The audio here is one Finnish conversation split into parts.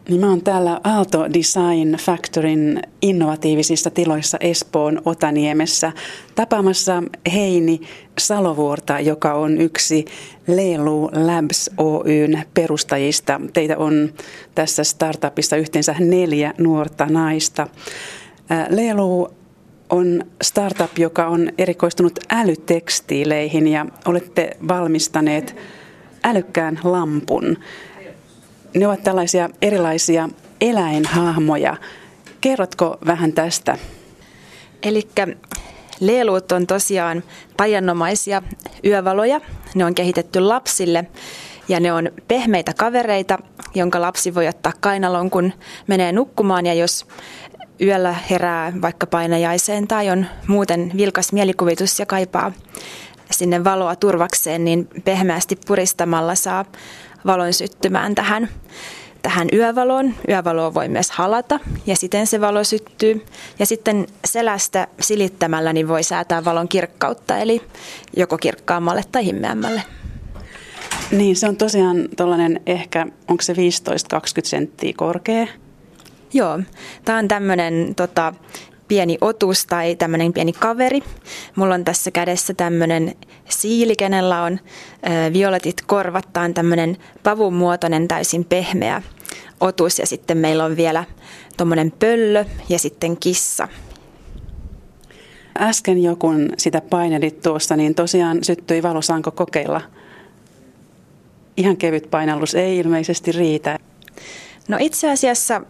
Niin mä oon täällä Aalto Design Factoryn innovatiivisissa tiloissa Espoon Otaniemessä tapaamassa Heini Salovuorta, joka on yksi Leelu Labs Oyn perustajista. Teitä on tässä startupissa yhteensä 4 nuorta naista. Leelu on startup, joka on erikoistunut älytekstiileihin ja olette valmistaneet älykkään lampun. Ne ovat tällaisia erilaisia eläinhahmoja. Kerrotko vähän tästä? Elikkä leelut on tosiaan taianomaisia yövaloja. Ne on kehitetty lapsille ja ne on pehmeitä kavereita, jonka lapsi voi ottaa kainaloon, kun menee nukkumaan. Ja jos yöllä herää vaikka painajaiseen tai on muuten vilkas mielikuvitus ja kaipaa sinne valoa turvakseen, niin pehmeästi puristamalla saa valon syttymään tähän yövaloon. Yövaloa voi myös halata ja siten se valo syttyy. Ja sitten selästä silittämällä niin voi säätää valon kirkkautta, eli joko kirkkaammalle tai himmeämmälle. Niin, se on tosiaan tuollainen ehkä, onko se 15-20 senttiä korkea? Joo, tämä on tämmöinen pieni otus tai tämmöinen pieni kaveri. Mulla on tässä kädessä tämmöinen siili, kenellä on violetit korvat. Tämä on tämmöinen pavun muotoinen täysin pehmeä otus ja sitten meillä on vielä tommoinen pöllö ja sitten kissa. Äsken jo kun sitä painelit tuossa, niin tosiaan syttyi valo. Saanko kokeilla? Ihan kevyt painallus ei ilmeisesti riitä. No itse asiassa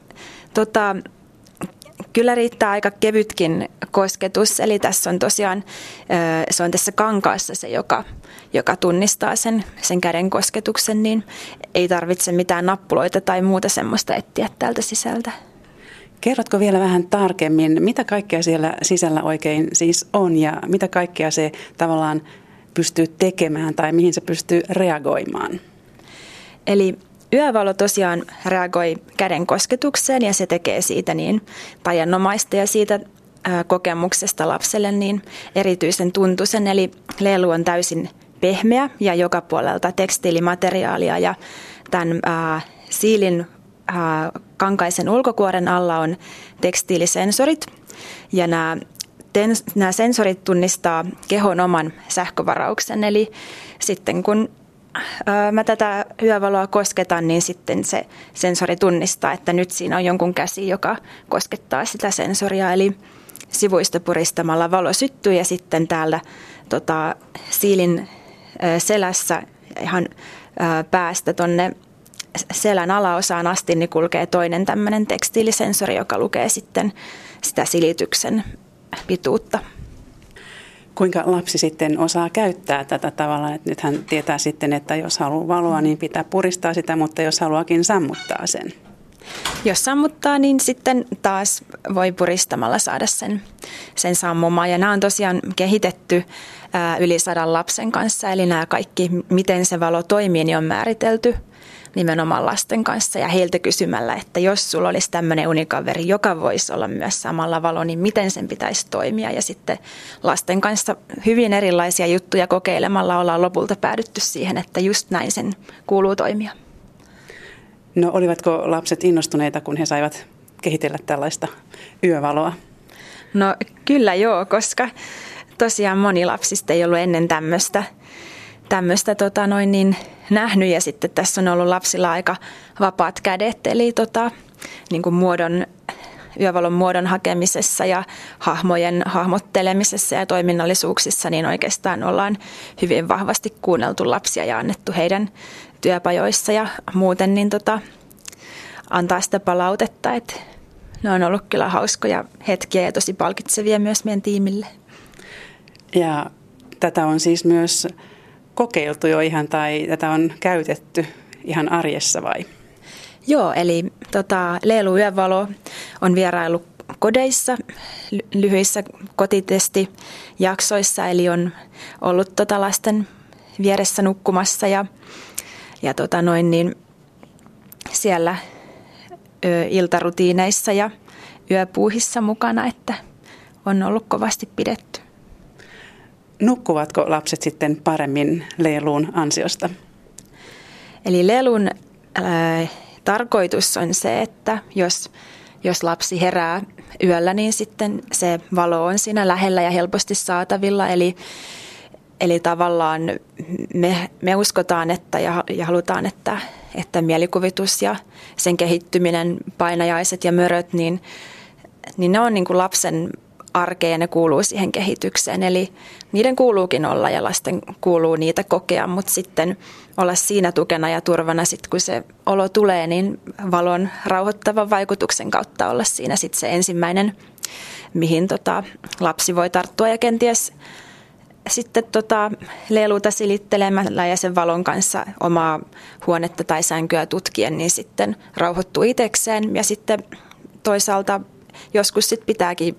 kyllä riittää aika kevytkin kosketus, eli tässä on tosiaan, se on tässä kankaassa se, joka tunnistaa sen käden kosketuksen, niin ei tarvitse mitään nappuloita tai muuta semmoista etsiä täältä sisältä. Kerrotko vielä vähän tarkemmin, mitä kaikkea siellä sisällä oikein siis on ja mitä kaikkea se tavallaan pystyy tekemään tai mihin se pystyy reagoimaan? Eli yövalo tosiaan reagoi käden kosketukseen ja se tekee siitä niin taianomaista ja siitä kokemuksesta lapselle niin erityisen tuntuisen. Eli leelu on täysin pehmeä ja joka puolelta tekstiilimateriaalia ja tämän siilin kankaisen ulkokuoren alla on tekstiilisensorit ja nämä sensorit tunnistaa kehon oman sähkövarauksen. Eli sitten kun mä tätä yövaloa kosketan, niin sitten se sensori tunnistaa, että nyt siinä on jonkun käsi, joka koskettaa sitä sensoria. Eli sivuista puristamalla valo syttyy ja sitten täällä siilin selässä ihan päästä tonne selän alaosaan asti niin kulkee toinen tämmöinen tekstiilisensori, joka lukee sitten sitä silityksen pituutta. Kuinka lapsi sitten osaa käyttää tätä tavalla, että nyt hän tietää sitten, että jos haluaa valoa, niin pitää puristaa sitä, mutta jos haluakin sammuttaa sen. Jos sammuttaa, niin sitten taas voi puristamalla saada sen sammumaan. Ja nämä on tosiaan kehitetty yli 100 lapsen kanssa, eli nämä kaikki, miten se valo toimii, niin on määritelty nimenomaan lasten kanssa ja heiltä kysymällä, että jos sulla olisi tämmöinen unikaveri, joka voisi olla myös samalla valo, niin miten sen pitäisi toimia. Ja sitten lasten kanssa hyvin erilaisia juttuja kokeilemalla ollaan lopulta päädytty siihen, että just näin sen kuuluu toimia. No olivatko lapset innostuneita, kun he saivat kehitellä tällaista yövaloa? No kyllä joo, koska tosiaan moni lapsista ei ollut ennen tämmöistä nähnyt ja sitten tässä on ollut lapsilla aika vapaat kädet, eli niin kuin yövalon muodon hakemisessa ja hahmojen hahmottelemisessa ja toiminnallisuuksissa, niin oikeastaan ollaan hyvin vahvasti kuunneltu lapsia ja annettu heidän työpajoissa ja muuten niin antaa sitä palautetta, että ne on ollut kyllä hauskoja hetkiä ja tosi palkitsevia myös meidän tiimille. Ja tätä on siis myös kokeiltu jo ihan tai tätä on käytetty ihan arjessa vai? Joo, eli Leelu yövalo on vierailu kodeissa, lyhyissä kotitestijaksoissa, eli on ollut lasten vieressä nukkumassa ja siellä iltarutiineissa ja yöpuuhissa mukana, että on ollut kovasti pidetty. Nukkuvatko lapset sitten paremmin Leeluun ansiosta? Eli Leelun tarkoitus on se, että jos lapsi herää yöllä, niin sitten se valo on siinä lähellä ja helposti saatavilla. Eli tavallaan me uskotaan ja halutaan, että mielikuvitus ja sen kehittyminen, painajaiset ja möröt, niin ne on niin kuin lapsen arkeen ja ne kuuluu siihen kehitykseen. Eli niiden kuuluukin olla ja lasten kuuluu niitä kokea, mutta sitten olla siinä tukena ja turvana sitten kun se olo tulee, niin valon rauhoittavan vaikutuksen kautta olla siinä sitten se ensimmäinen, mihin lapsi voi tarttua ja kenties sitten leluuta silittelemällä ja sen valon kanssa omaa huonetta tai sänkyä tutkien, niin sitten rauhoittuu itsekseen ja sitten toisaalta joskus sitten pitääkin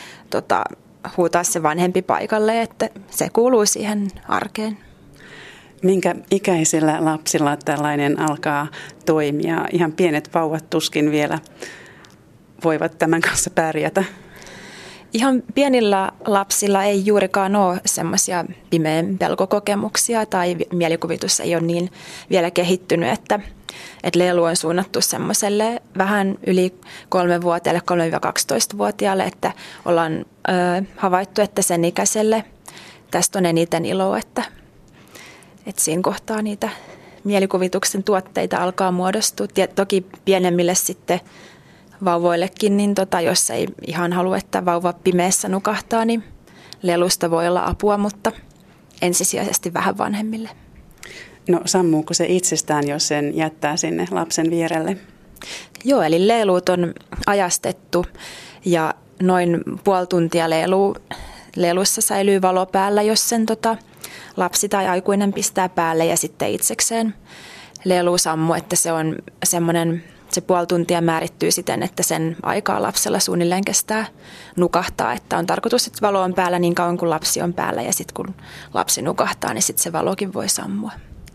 huutaa se vanhempi paikalle, että se kuuluu siihen arkeen. Minkä ikäisillä lapsilla tällainen alkaa toimia? Ihan pienet vauvat tuskin vielä voivat tämän kanssa pärjätä. Ihan pienillä lapsilla ei juurikaan ole semmoisia pimeän pelkokokemuksia tai mielikuvitus ei ole niin vielä kehittynyt, että lelu on suunnattu semmoiselle vähän yli 3-vuotiaille, 3-12-vuotiaalle, että ollaan havaittu, että sen ikäiselle tästä on eniten iloa, että siinä kohtaa niitä mielikuvituksen tuotteita alkaa muodostua. Toki pienemmille sitten vauvoillekin, niin jos ei ihan halua, että vauva pimeässä nukahtaa, niin lelusta voi olla apua, mutta ensisijaisesti vähän vanhemmille. No sammuuko se itsestään, jos sen jättää sinne lapsen vierelle? Joo, eli leluut on ajastettu ja noin puoli tuntia lelussa säilyy valo päällä, jos sen lapsi tai aikuinen pistää päälle ja sitten itsekseen lelu sammuu, että se on semmoinen. Se puoli tuntia määrittyy siten, että sen aikaa lapsella suunnilleen kestää nukahtaa. Että on tarkoitus, että valo on päällä niin kauan kuin lapsi on päällä ja sitten kun lapsi nukahtaa, niin sitten se valokin voi sammua.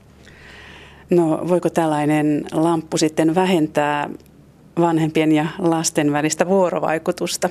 No voiko tällainen lamppu sitten vähentää vanhempien ja lasten välistä vuorovaikutusta?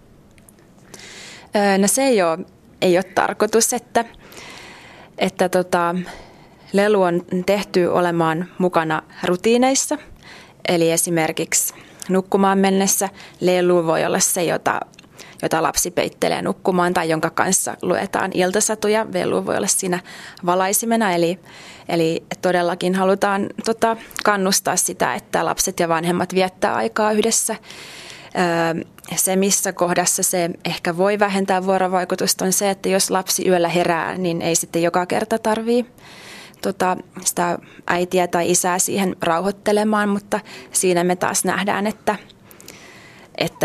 No se ei ole tarkoitus, että lelu on tehty olemaan mukana rutiineissa. Eli esimerkiksi nukkumaan mennessä lelu voi olla se, jota lapsi peittelee nukkumaan tai jonka kanssa luetaan iltasatuja. Lelu voi olla siinä valaisimena, eli todellakin halutaan kannustaa sitä, että lapset ja vanhemmat viettää aikaa yhdessä. Se, missä kohdassa se ehkä voi vähentää vuorovaikutusta, on se, että jos lapsi yöllä herää, niin ei sitten joka kerta tarvitse sitä äitiä tai isää siihen rauhoittelemaan, mutta siinä me taas nähdään, että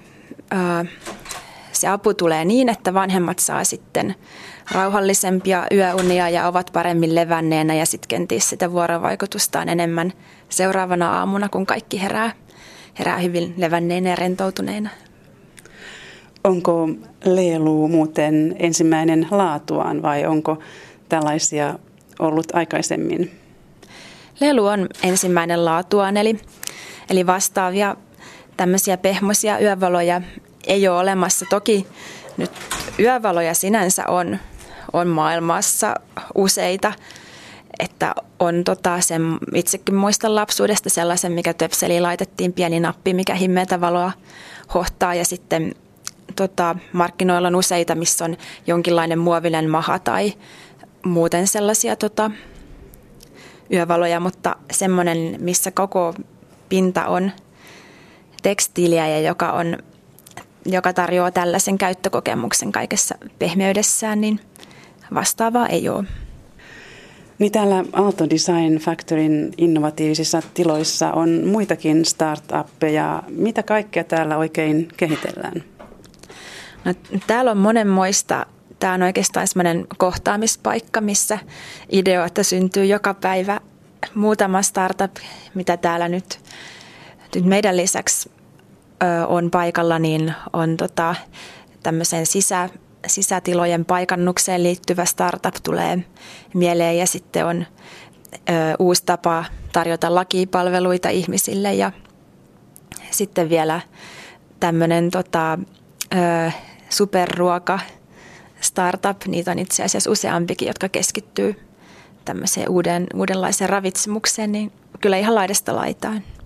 se apu tulee niin, että vanhemmat saa sitten rauhallisempia yöunia ja ovat paremmin levänneenä ja sitten kenties sitä vuorovaikutusta on enemmän seuraavana aamuna, kun kaikki herää hyvin levänneinä ja rentoutuneina. Onko lelu muuten ensimmäinen laatuaan vai onko tällaisia ollut aikaisemmin? Lelu on ensimmäinen laatuaan, eli vastaavia tämmöisiä pehmoisia yövaloja ei ole olemassa. Toki nyt yövaloja sinänsä on maailmassa useita, että on sen, itsekin muistan lapsuudesta sellaisen, mikä töpseliin laitettiin pieni nappi, mikä himmeätä valoa hohtaa ja sitten markkinoilla on useita, missä on jonkinlainen muovinen maha tai muuten sellaisia yövaloja, mutta semmoinen, missä koko pinta on tekstiiliä ja joka tarjoaa tällaisen käyttökokemuksen kaikessa pehmeydessään, niin vastaavaa ei ole. Niin täällä Aalto Design Factoryn innovatiivisissa tiloissa on muitakin startuppeja. Mitä kaikkea täällä oikein kehitellään? No, täällä on monenmoista. Tämä on oikeastaan sellainen kohtaamispaikka, missä ideoita syntyy joka päivä. Muutama startup, mitä täällä nyt meidän lisäksi on paikalla, niin on tämmöisen sisätilojen paikannukseen liittyvä startup tulee mieleen ja sitten on uusi tapa tarjota lakipalveluita ihmisille ja sitten vielä tämmöinen superruoka startup, niitä on itse asiassa useampikin, jotka keskittyy tämmöiseen uudenlaiseen ravitsemukseen, niin kyllä ihan laidasta laitaan.